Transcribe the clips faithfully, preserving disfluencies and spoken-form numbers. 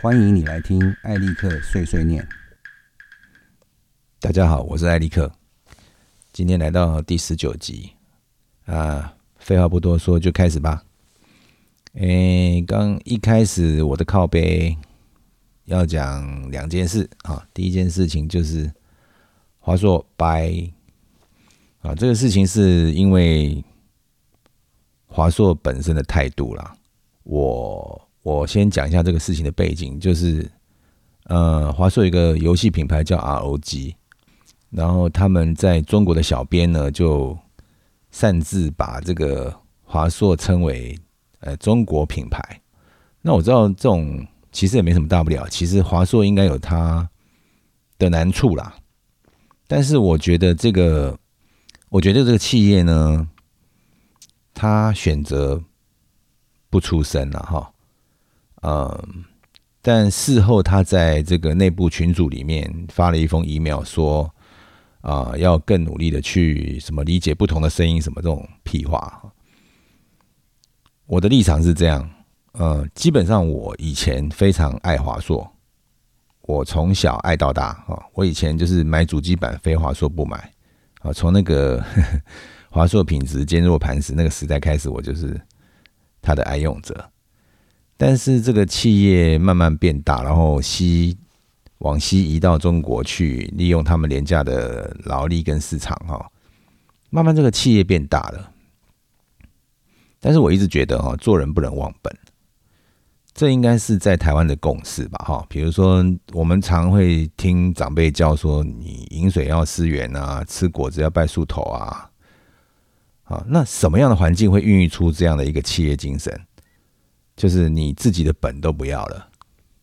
欢迎你来听艾利克碎碎念。 大家好，我是艾利克，今天来到第十九集啊，废话不多说，就开始吧。诶，刚一开始我的靠背要讲两件事啊，第一件事情就是华硕掰啊，这个事情是因为华硕本身的态度啦。我我先讲一下这个事情的背景，就是呃，华硕有一个游戏品牌叫 R O G。然后他们在中国的小编呢，就擅自把这个华硕称为呃中国品牌。那我知道这种其实也没什么大不了，其实华硕应该有它的难处啦。但是我觉得这个，我觉得这个企业呢，他选择不出声了哈，嗯，但事后他在这个内部群组里面发了一封 email 说。啊，要更努力的去什么理解不同的声音，什么这种屁话。我的立场是这样，呃，基本上我以前非常爱华硕，我从小爱到大啊。我以前就是买主机板非华硕不买啊。从那个华硕品质坚若磐石那个时代开始，我就是它的爱用者。但是这个企业慢慢变大，然后吸。往西移到中国去，利用他们廉价的劳力跟市场哈，慢慢这个企业变大了。但是我一直觉得哈，做人不能忘本，这应该是在台湾的共识吧哈。比如说，我们常会听长辈教说，你饮水要思源啊，吃果子要拜树头啊。啊，那什么样的环境会孕育出这样的一个企业精神？就是你自己的本都不要了。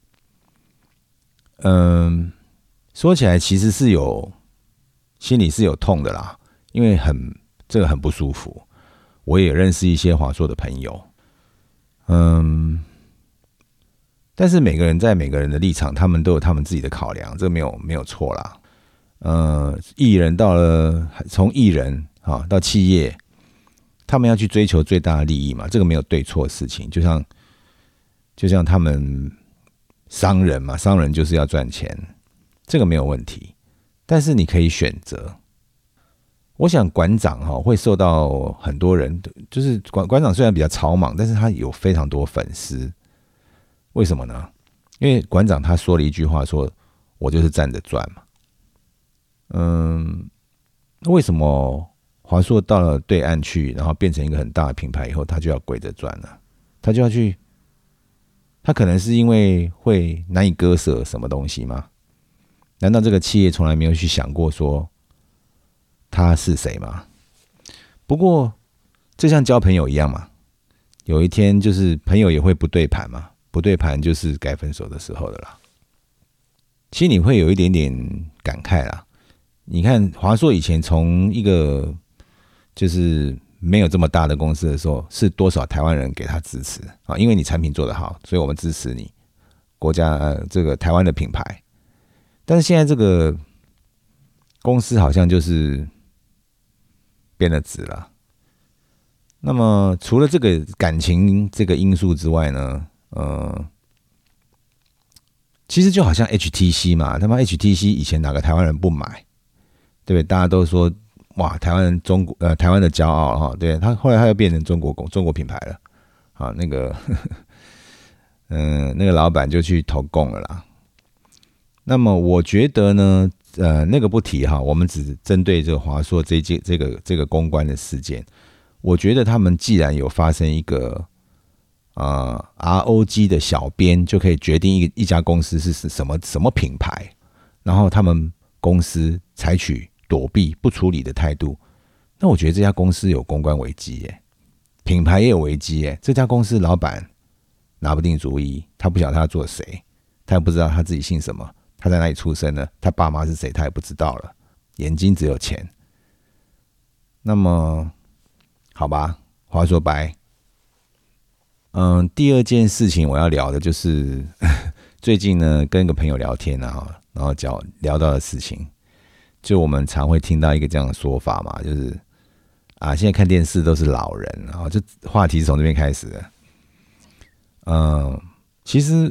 嗯，说起来其实是有心里是有痛的啦，因为很这个很不舒服。我也认识一些华硕的朋友，嗯，但是每个人在每个人的立场，他们都有他们自己的考量，这个没有没有错啦。呃，艺人到了从艺人啊到企业，他们要去追求最大的利益嘛，这个没有对错的事情，就像就像他们。商人嘛，商人就是要赚钱，这个没有问题。但是你可以选择。我想馆长哈会受到很多人，就是馆馆长虽然比较草莽，但是他有非常多粉丝。为什么呢？因为馆长他说了一句话说，说我就是站着赚嘛。嗯，为什么华硕到了对岸去，然后变成一个很大的品牌以后，他就要跪着赚呢？他就要去。他可能是因为会难以割舍什么东西吗？难道这个企业从来没有去想过说他是谁吗？不过这像交朋友一样嘛，有一天就是朋友也会不对盘嘛，不对盘就是该分手的时候的啦。其实你会有一点点感慨啦。你看华硕以前从一个就是没有这么大的公司的时候，是多少台湾人给他支持啊？因为你产品做得好，所以我们支持你国家、呃、这个台湾的品牌。但是现在这个公司好像就是变了质了。那么除了这个感情这个因素之外呢，呃，其实就好像 H T C 嘛，他妈 H T C 以前哪个台湾人不买，对不对？大家都说。哇，台湾中国呃台湾的骄傲哈，对他后来他又变成中国中国品牌了，啊那个嗯、呃、那个老板就去投共了啦。那么我觉得呢，呃那个不提哈，我们只针对这个华硕这件这个这个公关的事件，我觉得他们既然有发生一个呃 R O G 的小编就可以决定一一家公司是什么什么品牌，然后他们公司采取。躲避不处理的态度，那我觉得这家公司有公关危机耶，品牌也有危机耶。这家公司老板拿不定主意，他不晓得他做谁，他也不知道他自己姓什么，他在哪里出生的，他爸妈是谁，他也不知道了，眼睛只有钱。那么，好吧，话说白，嗯，第二件事情我要聊的就是最近呢跟一个朋友聊天啊，然后聊聊到的事情。就我们常会听到一个这样的说法嘛，就是啊，现在看电视都是老人，然后就话题是从这边开始的。嗯，其实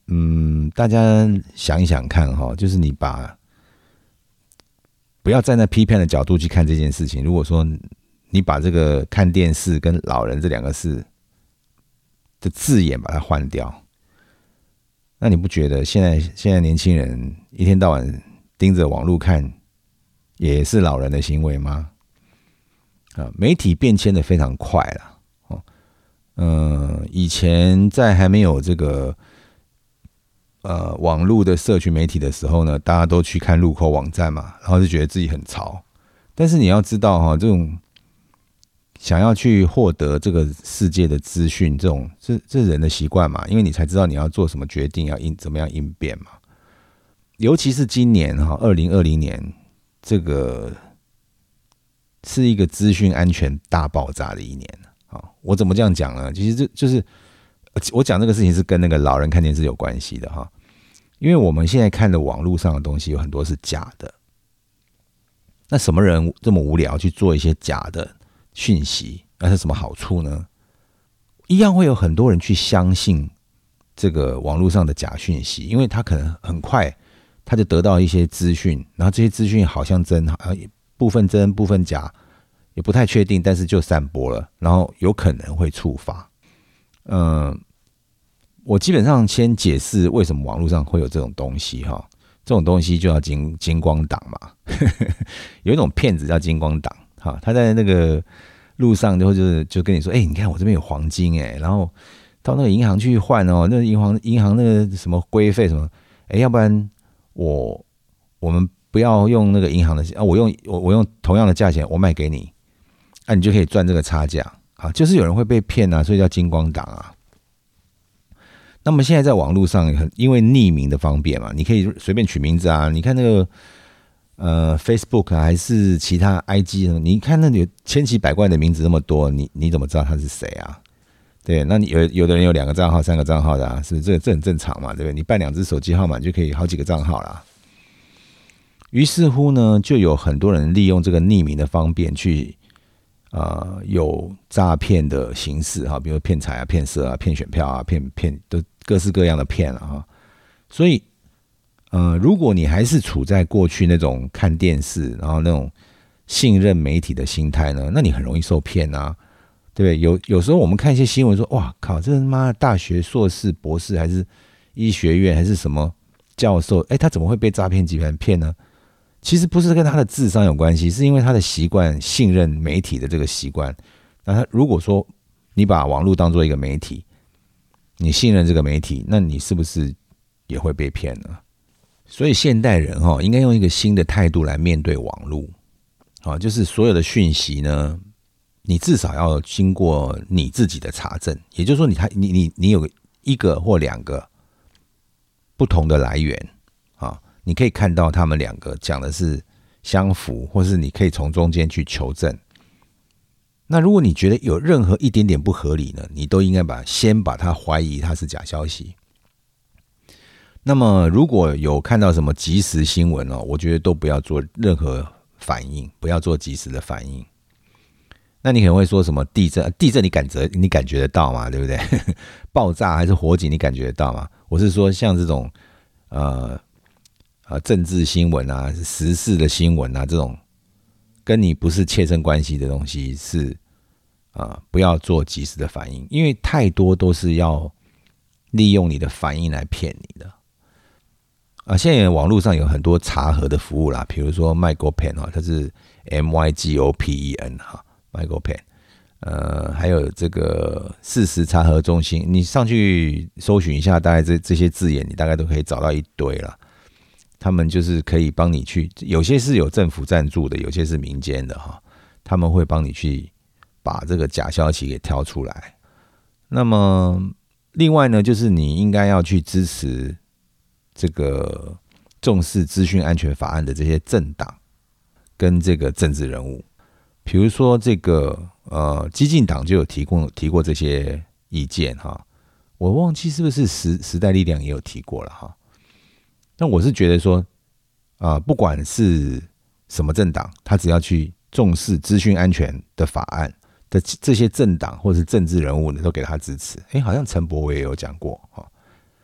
嗯，大家想一想看哈，就是你把不要站在批判的角度去看这件事情。如果说你把这个看电视跟老人这两个字的字眼把它换掉，那你不觉得现在现在年轻人一天到晚盯着网络看，也是老人的行为吗？啊，媒体变迁的非常快了。哦，嗯，以前在还没有这个呃网络的社群媒体的时候呢，大家都去看路口网站嘛，然后就觉得自己很潮。但是你要知道哈，这种想要去获得这个世界的资讯，这种这这人的习惯嘛，因为你才知道你要做什么决定，要应怎么样应变嘛。尤其是今年哈，二零二零年，这个是一个资讯安全大爆炸的一年啊！我怎么这样讲呢？其实这就是我讲这个事情是跟那个老人看电视有关系的哈，因为我们现在看的网络上的东西有很多是假的。那什么人这么无聊去做一些假的讯息？那是什么好处呢？一样会有很多人去相信这个网络上的假讯息，因为他可能很快他就得到一些资讯，然后这些资讯好像真，部分真部分假，也不太确定，但是就散播了，然后有可能会触发。嗯，我基本上先解释为什么网络上会有这种东西哈。这种东西就叫金金光党嘛，有一种骗子叫金光党，哈，他在那个路上就就是就跟你说，哎、欸，你看我这边有黄金哎、欸，然后到那个银行去换哦，那个银行银行那个什么规费什么，哎、欸，要不然我我们不要用那个银行的啊，我用我我用同样的价钱我卖给你，啊，你就可以赚这个差价啊，就是有人会被骗啊，所以叫金光党啊。那么现在在网络上，因为匿名的方便嘛，你可以随便取名字啊。你看那个呃 Facebook 啊，还是其他 I G， 你看那有千奇百怪的名字那么多，你你怎么知道他是谁啊？对，那你有有的人有两个账号、三个账号的啊，是不是这这很正常嘛？对不对？你办两只手机号码就可以好几个账号啦。于是乎呢，就有很多人利用这个匿名的方便去呃有诈骗的形式哈，比如骗财啊、骗色啊、骗选票啊、骗骗都各式各样的骗了哈。所以呃，如果你还是处在过去那种看电视，然后那种信任媒体的心态呢，那你很容易受骗啊，对不对？有有时候我们看一些新闻说，哇靠，这他妈大学硕士、博士还是医学院还是什么教授，哎，他怎么会被诈骗集团骗呢？其实不是跟他的智商有关系，是因为他的习惯信任媒体的这个习惯。那他如果说你把网络当作一个媒体，你信任这个媒体，那你是不是也会被骗呢？所以现代人哈，应该用一个新的态度来面对网络，啊，就是所有的讯息呢，你至少要经过你自己的查证，也就是说你，你你你有一个或两个不同的来源啊。你可以看到他们两个讲的是相符，或是你可以从中间去求证。那如果你觉得有任何一点点不合理呢，你都应该把先把它怀疑它是假消息。那么如果有看到什么即时新闻哦，我觉得都不要做任何反应，不要做即时的反应。那你可能会说什么地震？地震你感觉你感觉得到吗？对不对？爆炸还是火警你感觉得到吗？我是说像这种呃。啊，政治新闻啊，时事的新闻啊，这种跟你不是切身关系的东西是啊，不要做及时的反应，因为太多都是要利用你的反应来骗你的。啊，现在网络上有很多查核的服务啦，比如说 MyGoPen 啊，它是 M Y G O P E N 哈 ，MyGoPen， 呃，还有这个事实查核中心，你上去搜寻一下，大概这这些字眼，你大概都可以找到一堆了。他们就是可以帮你去，有些是有政府赞助的，有些是民间的哈，他们会帮你去把这个假消息给挑出来。那么另外呢，就是你应该要去支持这个重视资讯安全法案的这些政党跟这个政治人物，比如说这个呃激进党就有提过提过这些意见哈，我忘记是不是时时代力量也有提过了哈。那我是觉得说，啊、呃，不管是什么政党，他只要去重视资讯安全的法案的这些政党或是政治人物呢，都给他支持。哎，好像陈柏惟也有讲过哈。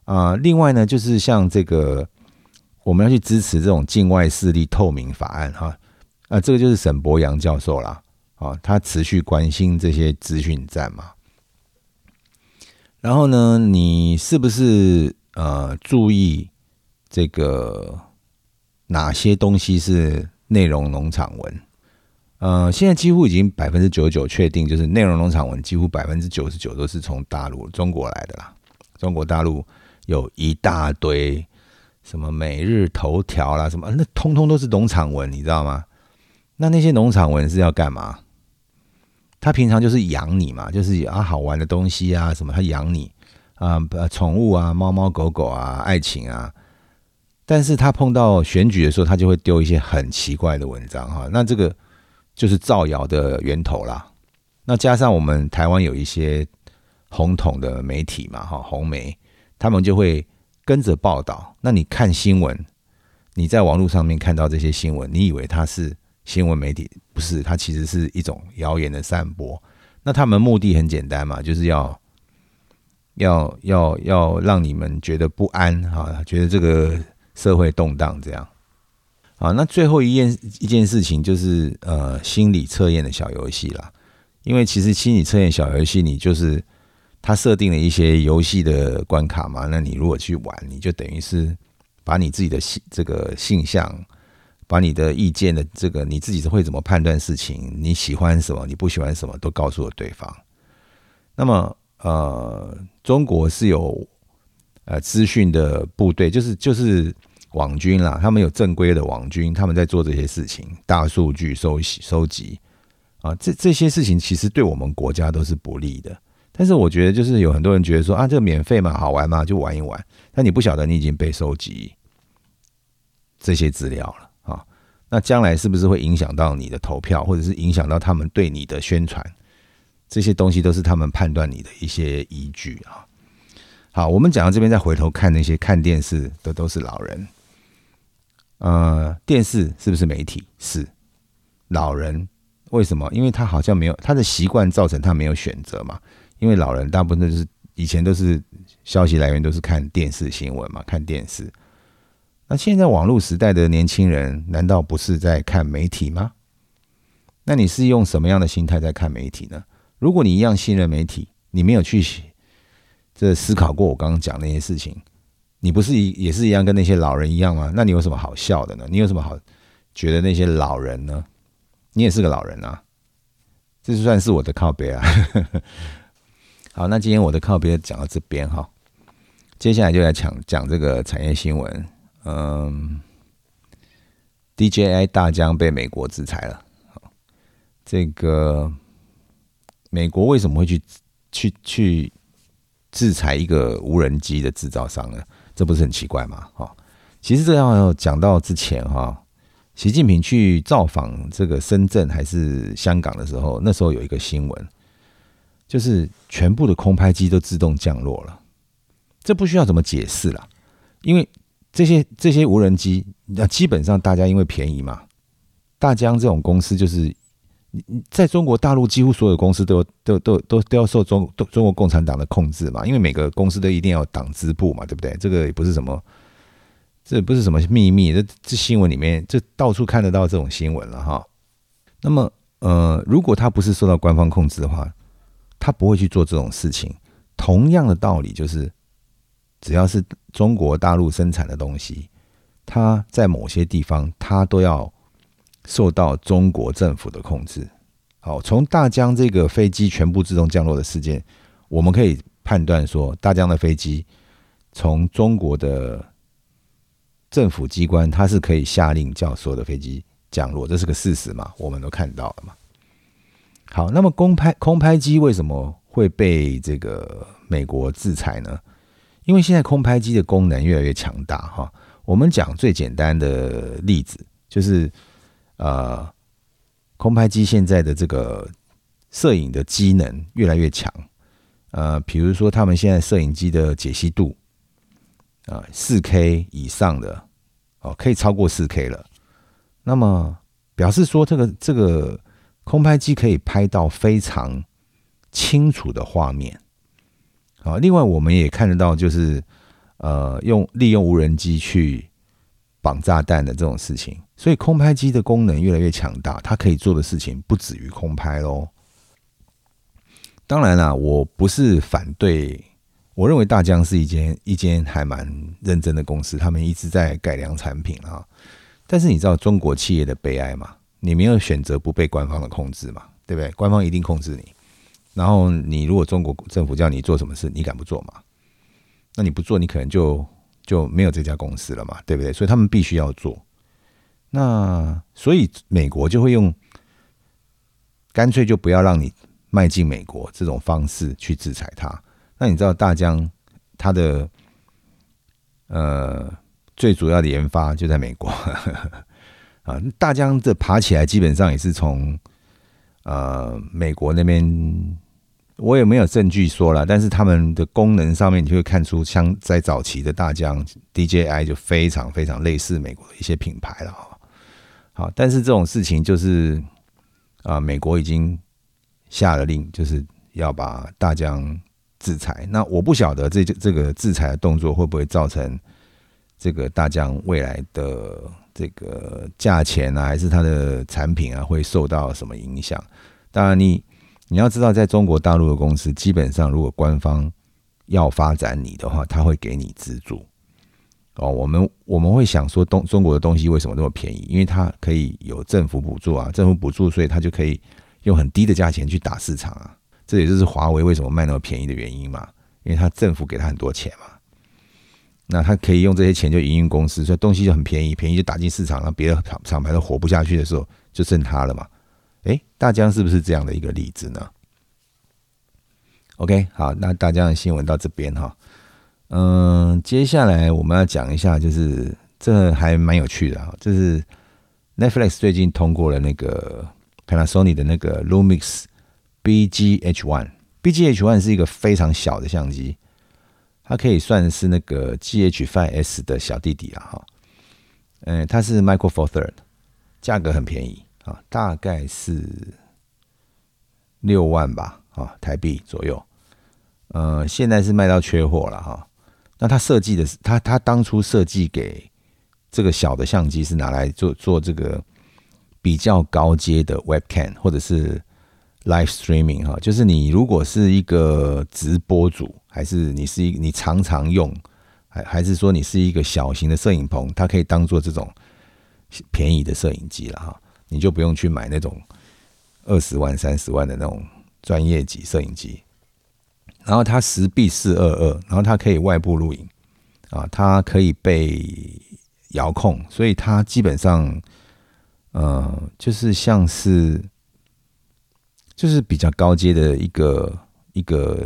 啊、呃，另外呢，就是像这个我们要去支持这种境外势力透明法案哈，啊、呃，这个就是沈伯洋教授啦，啊、哦，他持续关心这些资讯战嘛。然后呢，你是不是呃注意这个哪些东西是内容农场文？呃，现在几乎已经百分之九十九确定，就是内容农场文几乎百分之九十九都是从大陆中国来的啦。中国大陆有一大堆什么每日头条啦，什么那通通都是农场文，你知道吗？那那些农场文是要干嘛？他平常就是养你嘛，就是啊好玩的东西啊，什么他养你啊，宠物啊，猫猫狗狗啊，爱情啊。但是他碰到选举的时候，他就会丢一些很奇怪的文章哈，那这个就是造谣的源头啦。那加上我们台湾有一些红统的媒体嘛，哈，红媒，他们就会跟着报道。那你看新闻，你在网络上面看到这些新闻，你以为它是新闻媒体，不是，它其实是一种谣言的散播。那他们目的很简单嘛，就是要要要要让你们觉得不安哈，觉得这个社会动荡这样。好，那最后一件一件事情就是呃心理测验的小游戏啦。因为其实心理测验小游戏，你就是它设定了一些游戏的关卡嘛，那你如果去玩，你就等于是把你自己的这个性向，把你的意见的这个你自己会怎么判断事情，你喜欢什么，你不喜欢什么，都告诉了对方。那么呃，中国是有呃资讯的部队，就是就是网军啦，他们有正规的网军，他们在做这些事情，大数据收收集啊，这这些事情其实对我们国家都是不利的。但是我觉得就是有很多人觉得说啊，这个免费嘛，好玩嘛，就玩一玩。但你不晓得你已经被收集这些资料了啊。那将来是不是会影响到你的投票，或者是影响到他们对你的宣传？这些东西都是他们判断你的一些依据啊。好，我们讲到这边，再回头看那些看电视的都是老人。呃，电视是不是媒体？是。老人为什么？因为他好像没有他的习惯造成他没有选择嘛。因为老人大部分都是以前都是消息来源都是看电视新闻嘛，看电视。那现在网络时代的年轻人，难道不是在看媒体吗？那你是用什么样的心态在看媒体呢？如果你一样信任媒体，你没有去这思考过我刚刚讲那些事情，你不是也是一样跟那些老人一样吗？那你有什么好笑的呢？你有什么好觉得那些老人呢？你也是个老人啊，这就算是我的靠北啊。好，那今天我的靠北讲到这边哈，接下来就来讲讲这个产业新闻。嗯 ，D J I 大疆被美国制裁了。这个美国为什么会去去去制裁一个无人机的制造商呢？这不是很奇怪吗？哈，其实这要讲到之前哈，习近平去造访这个深圳还是香港的时候，那时候有一个新闻，就是全部的空拍机都自动降落了。这不需要怎么解释啦，因为这些这些无人机，那基本上大家因为便宜嘛，大疆这种公司就是在中国大陆几乎所有公司都都都都都要受中中国共产党的控制嘛，因为每个公司都一定要有党支部嘛，对不对？这个也不是什么，这也不是什么秘密，这这新闻里面这到处看得到这种新闻了哈。那么呃，如果他不是受到官方控制的话，他不会去做这种事情。同样的道理就是，只要是中国大陆生产的东西，它在某些地方它都要受到中国政府的控制。好，从大疆这个飞机全部自动降落的事件，我们可以判断说，大疆的飞机从中国的政府机关，它是可以下令叫所有的飞机降落，这是个事实嘛，我们都看到了嘛。好，那么空拍空拍机为什么会被这个美国制裁呢？因为现在空拍机的功能越来越强大哈。我们讲最简单的例子，就是呃，空拍机现在的这个摄影的机能越来越强。呃，比如说他们现在摄影机的解析度，啊 ，四 K 以上的哦，可以超过 四 K 了。那么表示说，这个这个空拍机可以拍到非常清楚的画面。好，另外我们也看得到，就是呃用利用无人机去绑炸弹的这种事情。所以空拍机的功能越来越强大，它可以做的事情不止于空拍咯。当然啦，我不是反对，我认为大疆是一间一间还蛮认真的公司，他们一直在改良产品啊。但是你知道中国企业的悲哀吗？你没有选择不被官方的控制嘛，对不对？官方一定控制你。然后你如果中国政府叫你做什么事，你敢不做嘛？那你不做，你可能就就没有这家公司了嘛，对不对？所以他们必须要做。那所以美国就会用干脆就不要让你迈进美国这种方式去制裁它。那你知道大疆它的呃最主要的研发就在美国啊，大疆这爬起来基本上也是从呃美国那边。我也没有证据说啦，但是他们的功能上面，你就会看出，像在早期的大疆 D J I 就非常非常类似美国的一些品牌了。好，但是这种事情就是啊、呃，美国已经下了令，就是要把大疆制裁。那我不晓得这这个制裁的动作会不会造成这个大疆未来的这个价钱啊，还是它的产品啊，会受到什么影响？当然你。你要知道，在中国大陆的公司，基本上如果官方要发展你的话，他会给你资助。哦，我们我们会想说东，中国的东西为什么那么便宜？因为它可以有政府补助啊，政府补助，所以它就可以用很低的价钱去打市场啊。这也就是华为为什么卖那么便宜的原因嘛，因为它政府给他很多钱嘛。那他可以用这些钱就营运公司，所以东西就很便宜，便宜就打进市场，让别的厂牌都活不下去的时候，就剩它了嘛。哎，大疆是不是这样的一个例子呢 ？OK， 好，那大疆的新闻到这边哈，嗯，接下来我们要讲一下，就是这还蛮有趣的哈，就是 Netflix 最近通过了那个 Panasonic 的那个 Lumix B G H 一 ，B G H 一 是一个非常小的相机，它可以算是那个 G H 五 S 的小弟弟啦哈，嗯，它是 Micro Four Third， 价格很便宜。啊、大概是六万吧，啊，台币左右。呃，现在是卖到缺货了哈。那他设计的是，他他当初设计给这个小的相机是拿来做做这个比较高阶的 webcam 或者是 live streaming 哈，就是你如果是一个直播主，还是你是一你常常用，还还是说你是一个小型的摄影棚，它可以当做这种便宜的摄影机了哈。你就不用去买那种二十万、三十万的那种专业级摄影机，然后它十比四二二，然后它可以外部录影啊，它可以被遥控，所以它基本上呃就是像是就是比较高阶的一个一个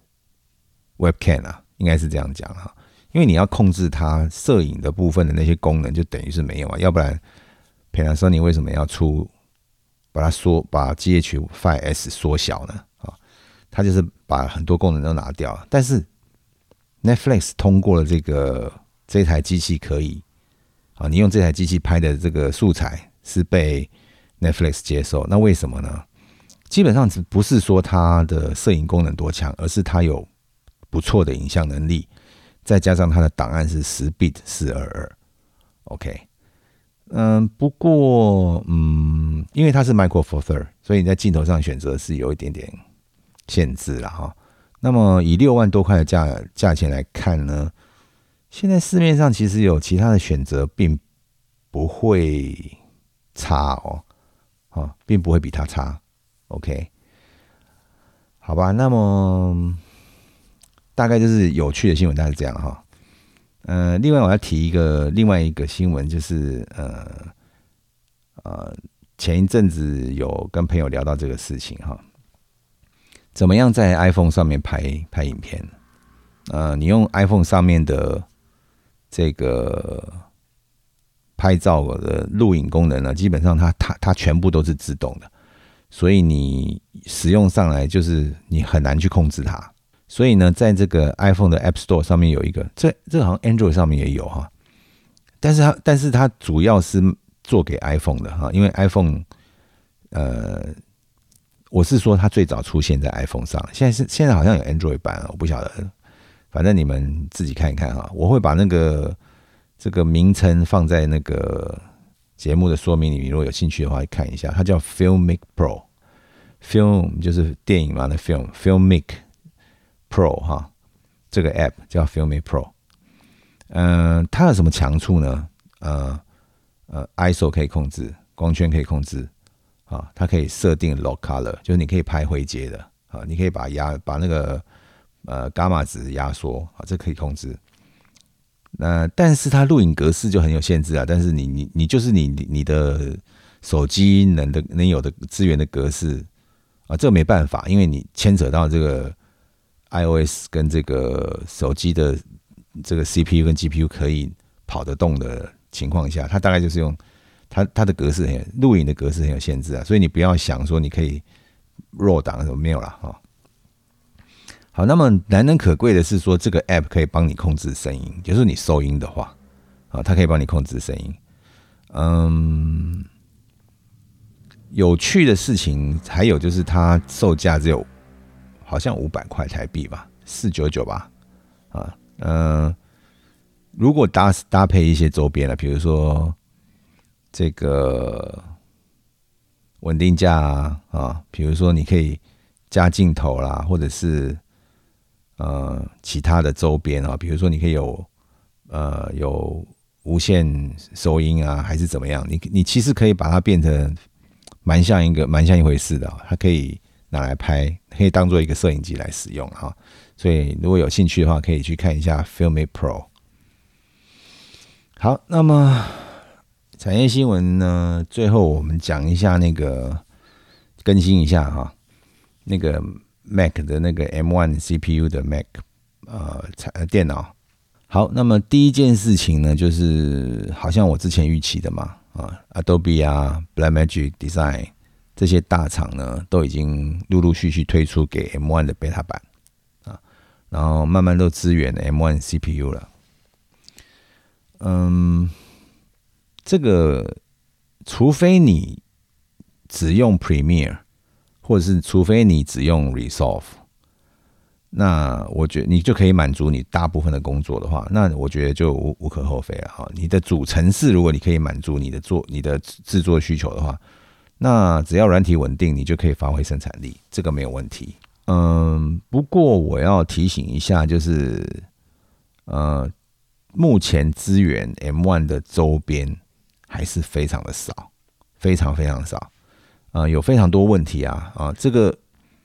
webcam 啊，应该是这样讲哈，因为你要控制它摄影的部分的那些功能，就等于是没有啊，要不然。Panasonic 为什么要出把它缩把 G H 五 S 缩小呢？啊，它就是把很多功能都拿掉。但是 Netflix 通过了这个这台机器可以啊，你用这台机器拍的这个素材是被 Netflix 接受。那为什么呢？基本上不是说它的摄影功能多强，而是它有不错的影像能力，再加上它的档案是十 bit 四二二 ，OK。嗯，不过，嗯，因为它是 Micro Four Third， 所以你在镜头上选择是有一点点限制了哈。那么以六万多块的价价钱来看呢，现在市面上其实有其他的选择，并不会差哦，啊，并不会比它差。OK， 好吧，那么大概就是有趣的新闻，大概是这样哈。呃，另外我要提一个另外一个新闻，就是呃呃，前一阵子有跟朋友聊到这个事情哈，怎么样在 iPhone 上面拍拍影片？呃，你用 iPhone 上面的这个拍照的录影功能呢，基本上它它它全部都是自动的，所以你使用上来就是你很难去控制它。所以呢，在这个 iPhone 的 App Store 上面有一个，这这个好像 Android 上面也有哈，但是它但是它主要是做给 iPhone 的哈，因为 iPhone 呃，我是说它最早出现在 iPhone 上，现在是现在好像有 Android 版，我不晓得， 反正你们自己看一看哈。我会把那个这个名称放在那个节目的说明里，如果有兴趣的话，看一下。它叫 Filmic Pro，Film 就是电影嘛，那 Film，Filmic Pro 哈，这个 App 叫 Filmic Pro。嗯、呃，它有什么强处呢？呃呃 ，I S O 可以控制，光圈可以控制，啊，它可以设定 Low Color， 就是你可以拍灰阶的，啊，你可以把压把那个呃伽马值压缩，啊，这可以控制。那、呃、但是它录影格式就很有限制啊，但是你你你就是你你的手机能的能有的资源的格式啊，这个没办法，因为你牵扯到这个 iOS 跟这个手机的这个 C P U 跟 G P U 可以跑得动的情况下，它大概就是用它它的格式很录影的格式很有限制啊，所以你不要想说你可以弱档什么没有啦哈。好，那么难能可贵的是说，这个 App 可以帮你控制声音，就是你收音的话，啊，它可以帮你控制声音。嗯，有趣的事情还有就是它售价只有好像五百块台币吧，四九九吧，啊，嗯，如果搭搭配一些周边了，比如说这个稳定架啊，啊，比如说你可以加镜头啦，或者是呃，其他的周边啊，比如说你可以有呃有无线收音啊，还是怎么样？你你其实可以把它变成蛮像一个蛮像一回事的、哦，它可以拿来拍，可以当做一个摄影机来使用哈、哦。所以如果有兴趣的话，可以去看一下 Filmic Pro。好，那么产业新闻呢，最后我们讲一下那个更新一下哈、哦，那个。Mac 的那个 M 一 C P U 的 Mac 呃电脑。好，那么第一件事情呢，就是好像我之前预期的嘛，啊 ，Adobe 啊 ，Blackmagic Design 这些大厂呢，都已经陆陆续续推出给 M 一 的 Beta 版啊，然后慢慢都支援 M 一 C P U 了。嗯，这个除非你只用 Premiere。或者是除非你只用 Resolve， 那我觉得你就可以满足你大部分的工作的话，那我觉得就 无, 无可厚非了哈。你的主程式如果你可以满足你的做你的制作需求的话，那只要软体稳定，你就可以发挥生产力，这个没有问题。嗯，不过我要提醒一下，就是呃，目前支援 M 一 的周边还是非常的少，非常非常少。呃，有非常多问题啊啊，这个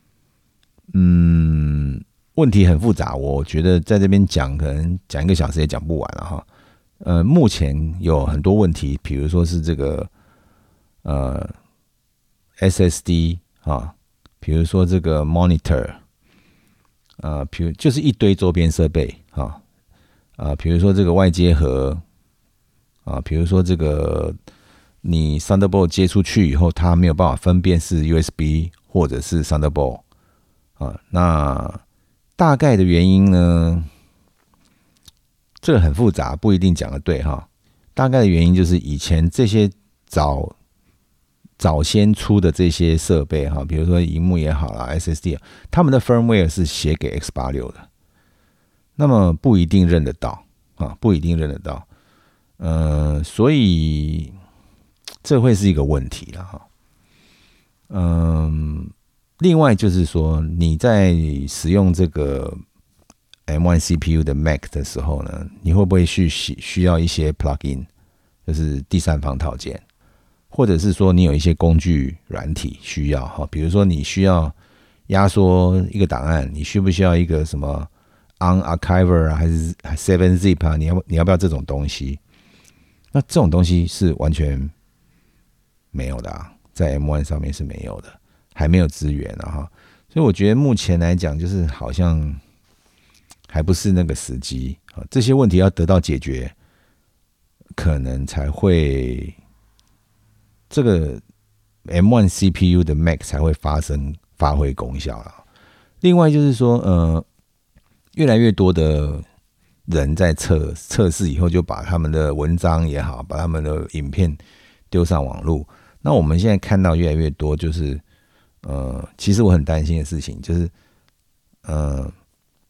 嗯问题很复杂，我觉得在这边讲可能讲一个小时也讲不完了哈。呃，目前有很多问题，比如说是这个呃 S S D 啊，比如说这个 monitor， 呃，比如就是一堆周边设备啊，啊，比如说这个外接盒啊，比如说这个。你 Thunderbolt 接出去以后，它没有办法分辨是 U S B 或者是 Thunderbolt 啊。那大概的原因呢，这个很复杂，不一定讲得对哈。大概的原因就是以前这些早早先出的这些设备哈，比如说萤幕也好啦 ，S S D 啊，他们的 firmware 是写给 X 八十六 的，那么不一定认得到啊，不一定认得到。呃，所以。这会是一个问题了哈，嗯，另外就是说你在使用这个 M 一 C P U 的 Mac 的时候呢，你会不会去需要一些 plugin， 就是第三方套件，或者是说你有一些工具软体需要哈，比如说你需要压缩一个档案，你需不需要一个什么 Unarchiver 啊，还是 seven zip 啊？你要你要不要这种东西？那这种东西是完全。没有的、啊，在 M 一 上面是没有的，还没有资源啊哈，所以我觉得目前来讲，就是好像还不是那个时机啊，这些问题要得到解决，可能才会这个 M 一 C P U 的 Mac 才会发生发挥功效了。另外就是说，呃，越来越多的人在测测试以后，就把他们的文章也好，把他们的影片丢上网络。那我们现在看到越来越多，就是呃，其实我很担心的事情，就是呃，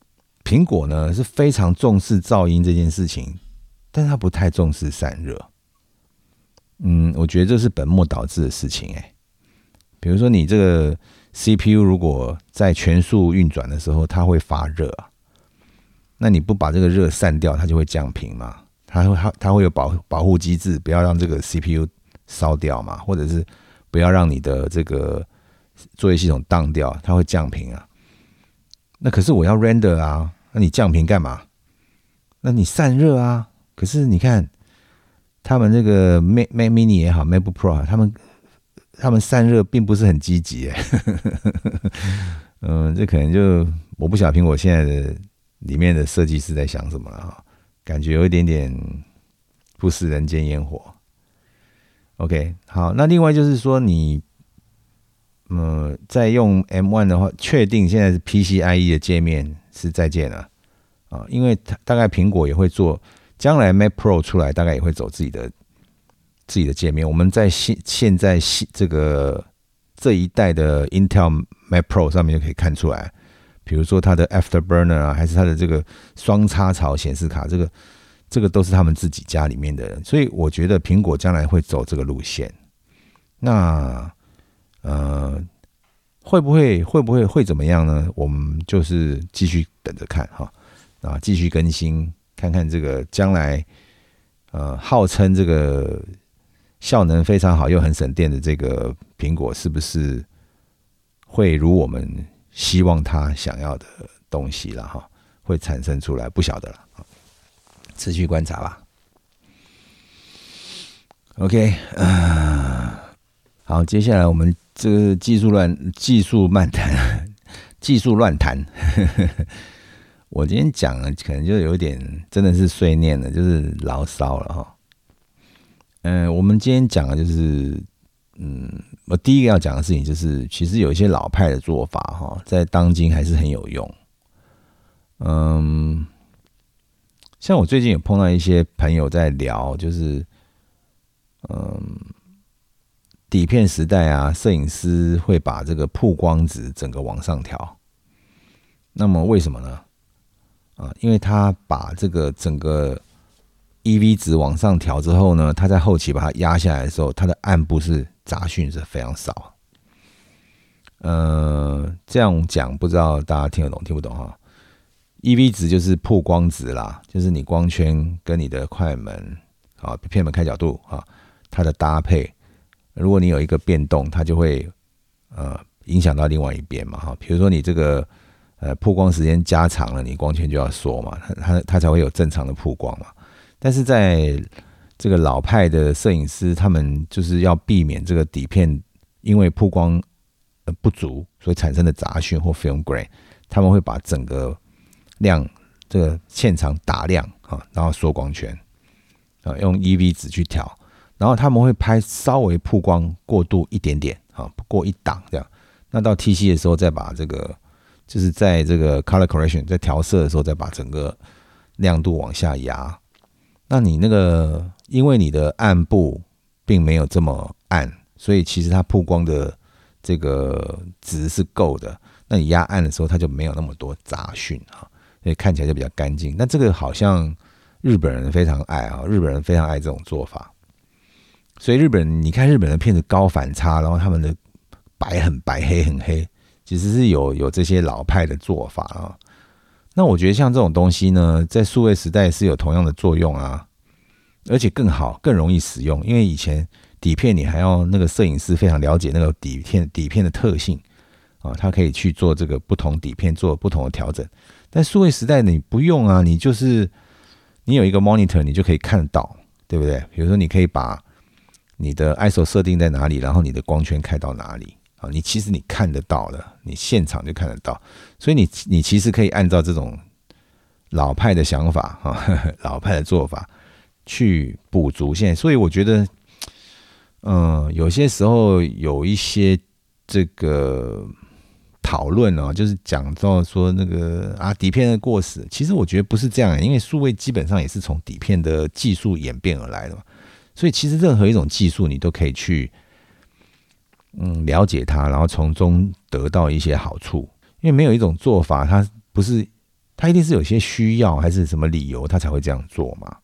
苹果呢是非常重视噪音这件事情，但是它不太重视散热。嗯，我觉得这是本末倒置的事情哎。比如说你这个 C P U 如果在全速运转的时候，它会发热啊，那你不把这个热散掉，它就会降频嘛。它会它它会有保保护机制，不要让这个 C P U 烧掉嘛，或者是不要让你的这个作业系统当掉，它会降频啊。那可是我要 render 啊，那你降频干嘛？那你散热啊。可是你看，他们这个 Mac Mac Mini 也好 ，MacBook Pro， 他们他们散热并不是很积极哎。嗯，这可能就我不晓得苹果现在的里面的设计师在想什么了哈，感觉有一点点不食人间烟火。OK， 好，那另外就是说你。嗯，在用 M 一 的话，确定现在是 P C I E 的界面是再见了啊，因为大概苹果也会做，将来 Mac Pro 出来，大概也会走自己的自己的界面。我们在现现在这个这一代的 Intel Mac Pro 上面就可以看出来，比如说它的 Afterburner 啊，还是它的这个双插槽显示卡，这个这个都是他们自己家里面的人，所以我觉得苹果将来会走这个路线。那呃，会不会会不会会怎么样呢？我们就是继续等着看哈，啊，继续更新，看看这个将来，呃，号称这个效能非常好又很省电的这个苹果，是不是会如我们希望它想要的东西了哈？会产生出来，不晓得了，持续观察吧。OK， 呃，好，接下来我们。这个技术乱技术漫谈，技术乱谈。我今天讲了，可能就有点真的是碎念了，就是牢骚了哈。嗯，我们今天讲的就是，嗯，我第一个要讲的事情就是，其实有一些老派的做法哈，在当今还是很有用。嗯，像我最近有碰到一些朋友在聊，就是，嗯。底片时代啊，摄影师会把这个曝光值整个往上调。那么为什么呢？啊，因为他把这个整个 E V 值往上调之后呢，他在后期把它压下来的时候，它的暗部是杂讯是非常少。呃，这样讲不知道大家听得懂听不懂哈 ？E V 值就是曝光值啦，就是你光圈跟你的快门啊片门开角度啊，它的搭配。如果你有一个变动，它就会呃影响到另外一边嘛哈。比如说你这个呃曝光时间加长了，你光圈就要缩嘛，它它才会有正常的曝光嘛。但是在这个老派的摄影师，他们就是要避免这个底片因为曝光不足所以产生的杂讯或 film grain， 他们会把整个亮这个现场打亮啊，然后缩光圈啊，用 E V 值去调。然后他们会拍稍微曝光过度一点点，啊，过一档这样。那到 T C 的时候，再把这个就是在这个 color correction 在调色的时候，再把整个亮度往下压。那你那个因为你的暗部并没有这么暗，所以其实它曝光的这个值是够的。那你压暗的时候，它就没有那么多杂讯啊，所以看起来就比较干净。那这个好像日本人非常爱啊，日本人非常爱这种做法。所以日本人，你看日本的片子高反差，然后他们的白很白，黑很黑，其实是有有这些老派的做法啊。那我觉得像这种东西呢，在数位时代是有同样的作用啊，而且更好、更容易使用。因为以前底片你还要那个摄影师非常了解那个底片底片的特性啊，他可以去做这个不同底片做不同的调整。但数位时代你不用啊，你就是你有一个 monitor， 你就可以看得到，对不对？比如说你可以把你的 I S O 设定在哪里，然后你的光圈开到哪里啊？你其实你看得到了，你现场就看得到，所以你你其实可以按照这种老派的想法啊，老派的做法去补足现在。所以我觉得，嗯，有些时候有一些这个讨论哦，就是讲到说那个啊底片的过时，其实我觉得不是这样，因为数位基本上也是从底片的技术演变而来的嘛。所以其实任何一种技术你都可以去嗯了解它，然后从中得到一些好处。因为没有一种做法它不是他一定是有些需要还是什么理由他才会这样做嘛。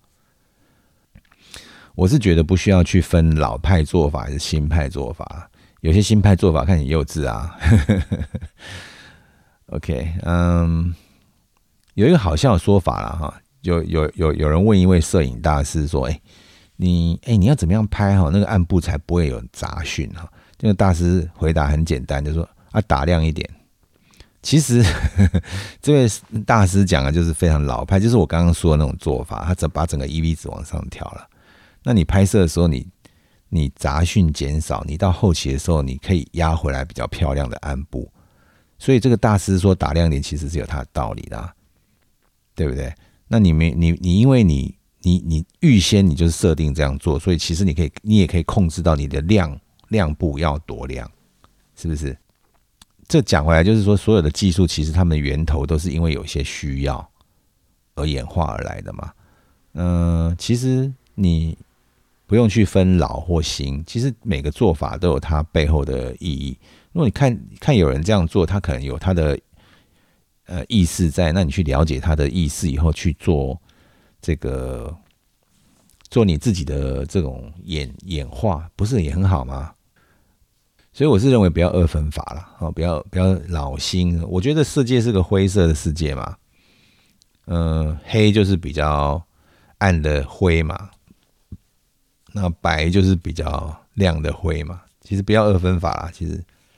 我是觉得不需要去分老派做法还是新派做法，有些新派做法看起来幼稚啊。OK， 嗯，有一个好笑的说法啦哈，有有有有人问一位摄影大师说：“哎、欸，你哎、欸、你要怎么样拍哈那个暗部才不会有杂讯哈？”这个大师回答很简单，就说：“啊，打亮一点。”其实呵呵这位大师讲的就是非常老派，就是我刚刚说的那种做法，他只把整个 E V 值往上调了。那你拍摄的时候你，你你杂讯减少，你到后期的时候，你可以压回来比较漂亮的暗部。所以这个大师说打亮点，其实是有他的道理的、啊，对不对？那你没你你因为你你你预先你就是设定这样做，所以其实你可以你也可以控制到你的亮亮部要多亮，是不是？这讲回来就是说，所有的技术其实它们的源头都是因为有一些需要而演化而来的嘛。嗯、呃，其实你不用去分老或新，其实每个做法都有它背后的意义。如果你看看有人这样做，他可能有他的呃意识在，那你去了解他的意识以后，去做这个做你自己的这种演演化，不是也很好吗？所以我是认为不要二分法啦，不要不要老新。我觉得世界是个灰色的世界嘛，呃，黑就是比较暗的灰嘛，那白就是比较亮的灰嘛。其实不要二分法啦，其实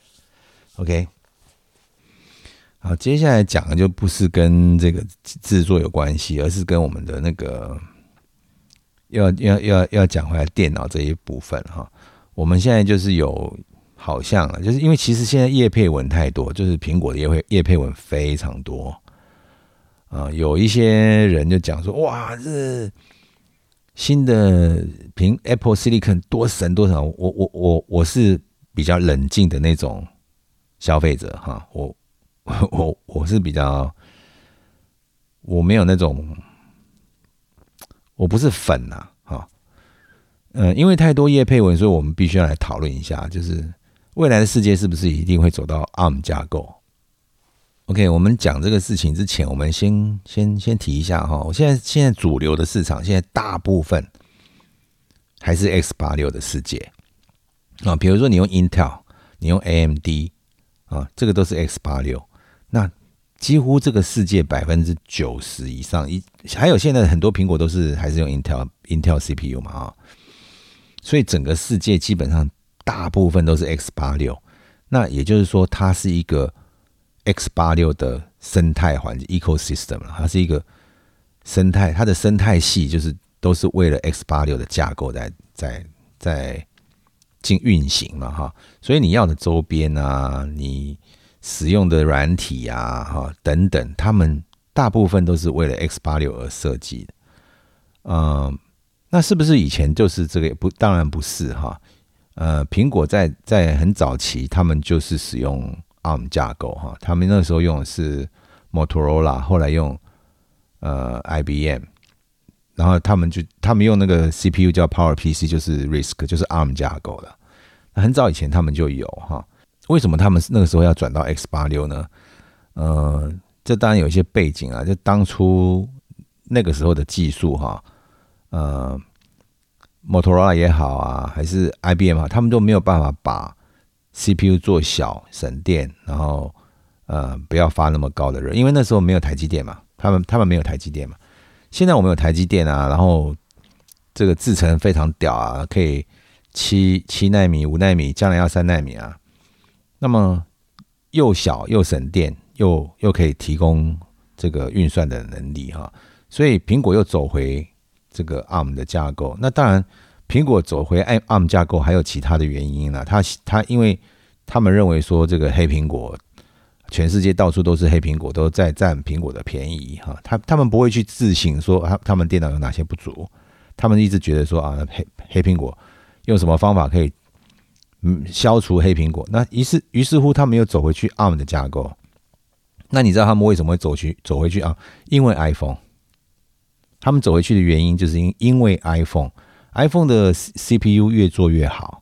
OK。好，接下来讲的就不是跟这个制作有关系，而是跟我们的那个要要要要讲回来电脑这一部分哈。我们现在就是有。好像啊，就是因为其实现在业配文太多，就是苹果的业配业配文非常多啊、呃。有一些人就讲说，哇，这新的苹 Apple Silicon 多神多神。我我我我是比较冷静的那种消费者哈，我我我是比较我没有那种，我不是粉呐哈。嗯、呃，因为太多业配文，所以我们必须要来讨论一下，就是。未来的世界是不是一定会走到 A R M 架构 ？OK， 我们讲这个事情之前，我们先先先提一下哈。我现在现在主流的市场，现在大部分还是 X 八十六 的世界啊。比如说你用 Intel， 你用 A M D 啊，这个都是 X 八十六。那几乎这个世界百分之九十以上，还有现在很多苹果都是还是用 Intel Intel C P U 嘛啊。所以整个世界基本上。大部分都是 X 八十六， 那也就是说，它是一个 X 八十六 的生态环境 ecosystem， 它是一个生态，它的生态系就是都是为了 X 八十六 的架构在在在进运行嘛哈，所以你要的周边啊，你使用的软体啊哈等等，他们大部分都是为了 X 八十六 而设计的。嗯，那是不是以前就是这个？不，当然不是哈。呃，苹果在在很早期，他们就是使用 A R M 架构哈，他们那时候用的是 Motorola， 后来用呃 I B M， 然后他们就他们用那个 C P U 叫 PowerPC， 就是 R I S C， 就是 A R M 架构的。很早以前他们就有哈，为什么他们那个时候要转到 X 八十六 呢？呃，这当然有一些背景啊，就当初那个时候的技术哈，呃。Motorola 也好啊，还是 I B M 好，他们都没有办法把 C P U 做小、省电，然后呃不要发那么高的热，因为那时候没有台积电嘛，他们他们没有台积电嘛。现在我们有台积电啊，然后这个制程非常屌啊，可以七七奈米、五奈米，将来要三奈米啊。那么又小又省电，又又可以提供这个运算的能力哈，所以苹果又走回。这个 A R M 的架构，那当然，苹果走回 A R M 架构还有其他的原因啦。它它因为他们认为说这个黑苹果，全世界到处都是黑苹果，都在占苹果的便宜哈。他他们不会去自省说他他们电脑有哪些不足，他们一直觉得说啊黑黑苹果用什么方法可以嗯消除黑苹果。那于是于是乎他们又走回去 A R M 的架构。那你知道他们为什么会走去走回去啊？因为 iPhone。他们走回去的原因就是因为 iPhone，iPhone iPhone 的 C P U 越做越好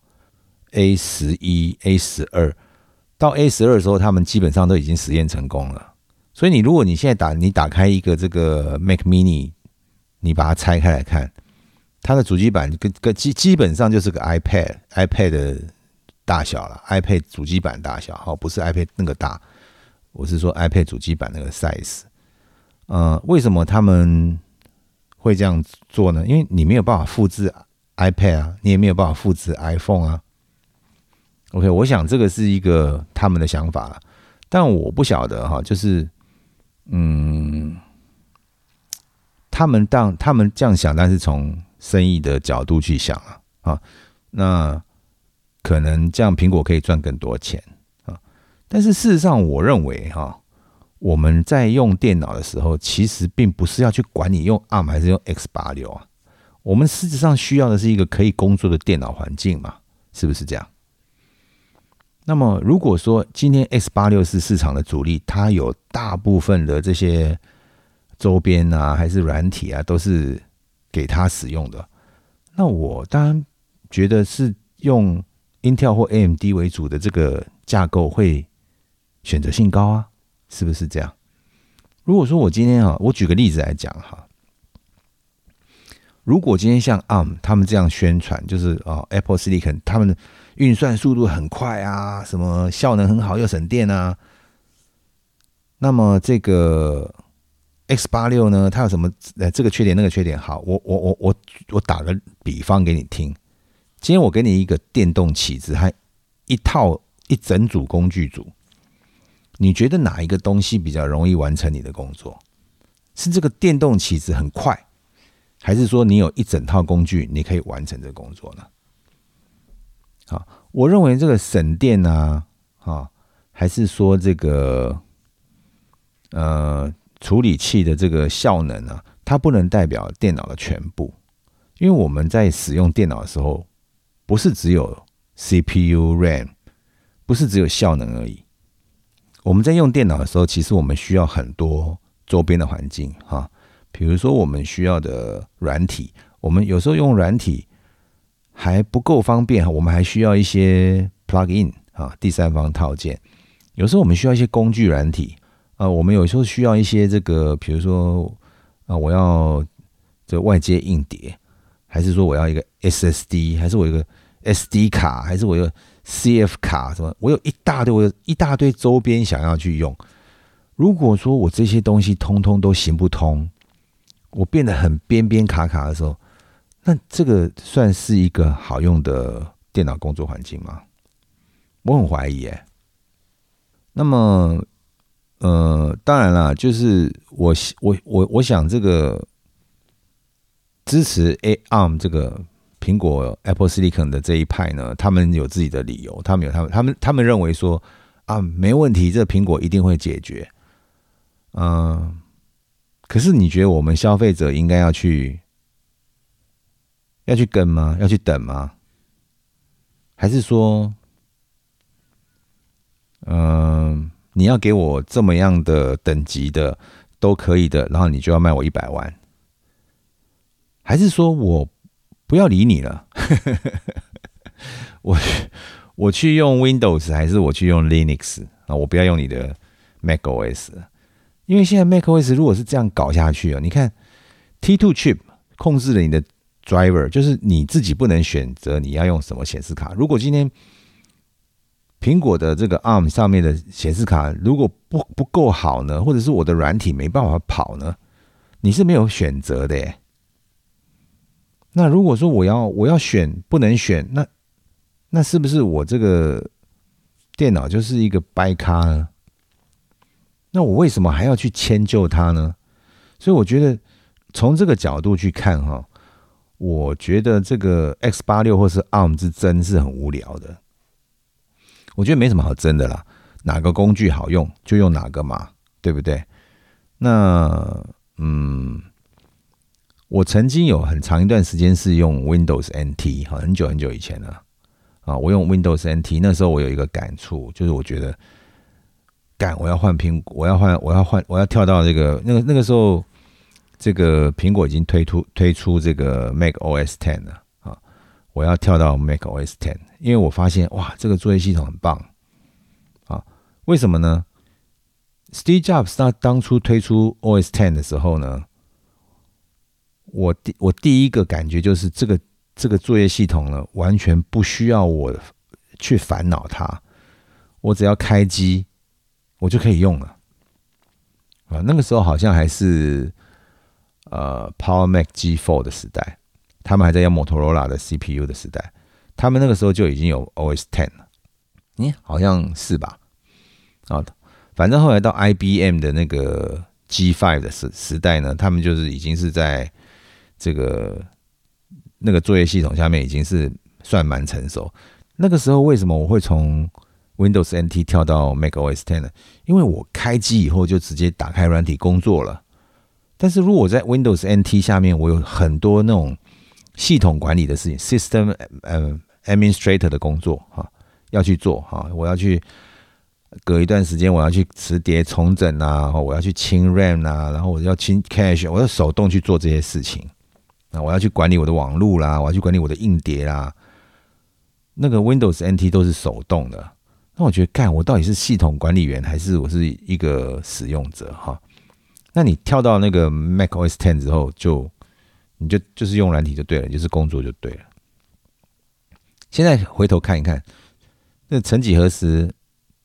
，A 十一、A 十二 到 A 十二 的时候，他们基本上都已经实验成功了所以你如果你现在打你打开一个这个 Mac Mini， 你把它拆开来看，它的主机板跟跟基基本上就是个 iPad iPad 的大小了 ，iPad 主机板大小，好，不是 iPad 那个大，我是说 iPad 主机板那个 size。呃，为什么他们会这样做呢？因为你没有办法复制 iPad 啊，你也没有办法复制 iPhone 啊。OK， 我想这个是一个他们的想法啦，但我不晓得哈，就是嗯，他们当他们这样想，但是从生意的角度去想啊，啊，那可能这样苹果可以赚更多钱啊。但是事实上，我认为哈，我们在用电脑的时候，其实并不是要去管你用 A R M 还是用 X 八十六 啊，我们实质上需要的是一个可以工作的电脑环境嘛，是不是这样？那么如果说今天 X 八十六 是市场的主力，它有大部分的这些周边啊还是软体啊都是给它使用的，那我当然觉得是用 Intel 或 A M D 为主的这个架构会选择性高啊，是不是这样？如果说我今天啊，我举个例子来讲哈，如果今天像 A R M 他们这样宣传，就是啊 Apple Silicon 他们运算速度很快啊，什么效能很好又省电啊，那么这个 X 八十六 呢，它有什么呃这个缺点那个缺点？好，我我我我我打个比方给你听。今天我给你一个电动起子和一套一整组工具组，你觉得哪一个东西比较容易完成你的工作？是这个电动起子很快，还是说你有一整套工具你可以完成这个工作呢？好，我认为这个省电啊，啊，还是说这个呃处理器的这个效能啊，它不能代表电脑的全部，因为我们在使用电脑的时候，不是只有 C P U、RAM， 不是只有效能而已。我们在用电脑的时候，其实我们需要很多周边的环境哈，比如说我们需要的软体，我们有时候用软体还不够方便，我们还需要一些 plug-in 啊，第三方套件。有时候我们需要一些工具软体，呃，我们有时候需要一些这个，比如说啊，我要这外接硬碟，还是说我要一个 S S D， 还是我有一个 S D 卡，还是我有 C F 卡，什么？我有一大堆，我有一大堆周边想要去用。如果说我这些东西通通都行不通，我变得很边边卡卡的时候，那这个算是一个好用的电脑工作环境吗？我很怀疑耶。那么，呃，当然啦，就是我我我我想这个支持 A R M 这个苹果 Apple Silicon 的这一派呢，他们有自己的理由，他们有他们他们他们认为说啊，没问题，这苹果一定会解决。嗯、呃，可是你觉得我们消费者应该要去要去跟吗？要去等吗？还是说，嗯、呃，你要给我这么样的等级的都可以的，然后你就要卖我一百万？还是说我不要理你了，我我去用 Windows 还是我去用 Linux 啊？我不要用你的 macOS， 因为现在 macOS 如果是这样搞下去，你看 T 二 chip 控制了你的 driver， 就是你自己不能选择你要用什么显示卡。如果今天苹果的这个 A R M 上面的显示卡如果不不够好呢，或者是我的软体没办法跑呢，你是没有选择的耶。那如果说我要我要选不能选，那那是不是我这个电脑就是一个掰咖呢？那我为什么还要去迁就它呢？所以我觉得从这个角度去看哈，我觉得这个 X 八十六 或是 A R M 之争是很无聊的。我觉得没什么好争的啦，哪个工具好用就用哪个嘛，对不对？那嗯。我曾经有很长一段时间是用 Windows N T， 很久很久以前了啊。我用 Windows N T， 那时候我有一个感触，就是我觉得，干我要换苹果，我要换，我要换，我要跳到这个那个那个时候，这个苹果已经推出推出这个 macOS X 了啊，我要跳到 macOS X， 因为我发现哇，这个作业系统很棒啊。为什么呢？ Steve Jobs 他当初推出 O S 十 的时候呢，我第我第一个感觉就是这个这个作业系统呢，完全不需要我去烦恼它，我只要开机，我就可以用了。啊，那个时候好像还是呃 Power Mac G 四 的时代，他们还在用 Motorola 的 C P U 的时代，他们那个时候就已经有 O S 十 了，嗯，好像是吧？啊，反正后来到 I B M 的那个 G 五 的时时代呢，他们就是已经是在这个那个作业系统下面已经是算蛮成熟。那个时候为什么我会从 Windows N T 跳到 macOS 十 呢？因为我开机以后就直接打开软体工作了。但是如果我在 Windows N T 下面，我有很多那种系统管理的事情 ，System Administrator 的工作哈，要去做哈，我要去隔一段时间我要去磁碟重整啊，我要去清 RAM 啊，然后我要清 Cache， 我要手动去做这些事情。那我要去管理我的网路啦，我要去管理我的硬碟啦。那个 Windows N T 都是手动的。那我觉得，干，我到底是系统管理员还是我是一个使用者哈？那你跳到那个 macOS 十之后，就你就就是用软体就对了，就是工作就对了。现在回头看一看，那曾几何时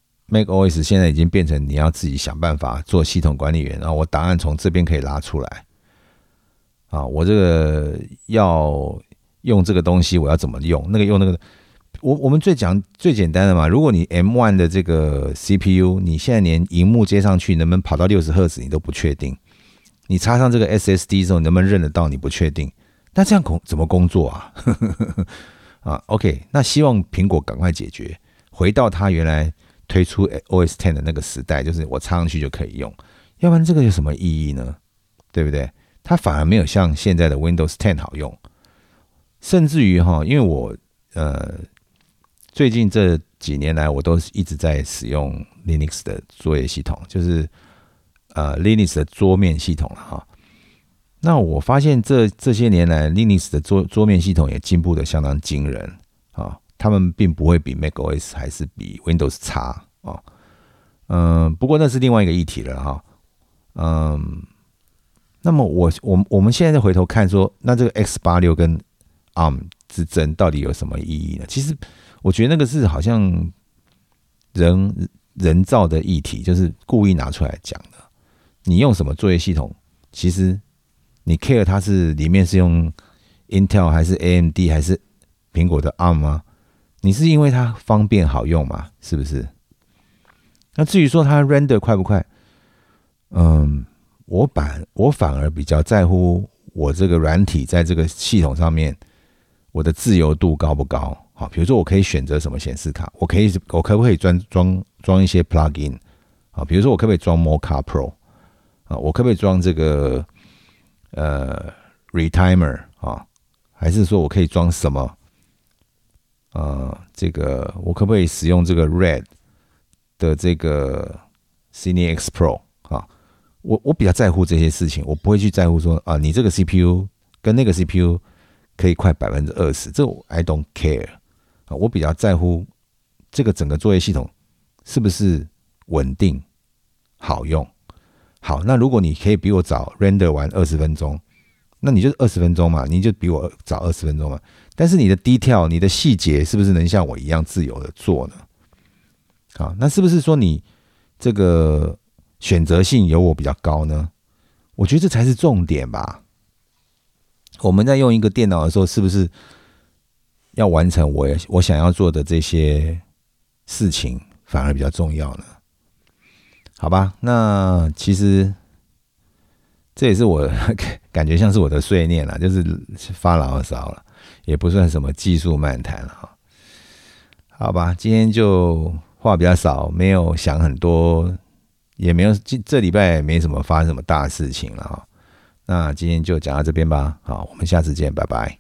macOS 现在已经变成你要自己想办法做系统管理员，然后我档案从这边可以拉出来啊，我这个要用这个东西，我要怎么用？那个用那个。我我们最讲最简单的嘛，如果你 M 一 的这个 C P U， 你现在连萤幕接上去能不能跑到六十赫兹你都不确定，你插上这个 S S D 之后能不能认得到你不确定，那这样怎么工作啊？啊 ，OK， 那希望苹果赶快解决，回到它原来推出 O S 十 的那个时代，就是我插上去就可以用，要不然这个有什么意义呢？对不对？它反而没有像现在的 Windows 十好用，甚至于哈，因为我呃。最近这几年来，我都一直在使用 Linux 的作业系统，就是呃 Linux 的桌面系统了哈。那我发现这这些年来 ，Linux 的桌桌面系统也进步的相当惊人啊。他们并不会比 macOS 还是比 Windows 差啊。嗯，不过那是另外一个议题了哈。嗯，那么我我我们现在回头看说，那这个 X 八十六 跟 A R M 之争到底有什么意义呢？其实。我觉得那个是好像人人造的议题，就是故意拿出来讲的。你用什么作业系统，其实你 care 它是里面是用 Intel 还是 A M D 还是苹果的 A R M 吗？你是因为它方便好用嘛？是不是？那至于说它 render 快不快，嗯，我反我反而比较在乎我这个软体在这个系统上面，我的自由度高不高。好，比如说我可以选择什么显示卡，我可以我可不可以装装装一些 plugin 啊？比如说我可不可以装 Mocha Pro 啊？我可不可以装这个呃 Retimer 啊？还是说我可以装什么？呃，这个我可不可以使用这个 Red 的这个 Cine X Pro 啊？我我比较在乎这些事情，我不会去在乎说啊，你这个 C P U 跟那个 C P U 可以快 百分之二十， 这我 I don't care。我比较在乎这个整个作业系统是不是稳定、好用。好，那如果你可以比我早 render 完二十分钟，那你就二十分钟嘛，你就比我早二十分钟嘛。但是你的 detail、你的细节是不是能像我一样自由的做呢？好，那是不是说你这个选择性有我比较高呢？我觉得这才是重点吧。我们在用一个电脑的时候，是不是要完成我我想要做的这些事情，反而比较重要呢？好吧，那其实这也是我感觉像是我的碎念啦，就是发牢骚了，也不算什么技术漫谈了。好吧，今天就话比较少，没有想很多，也没有这礼拜也没什么发生什么大事情了哈。那今天就讲到这边吧，好，我们下次见，拜拜。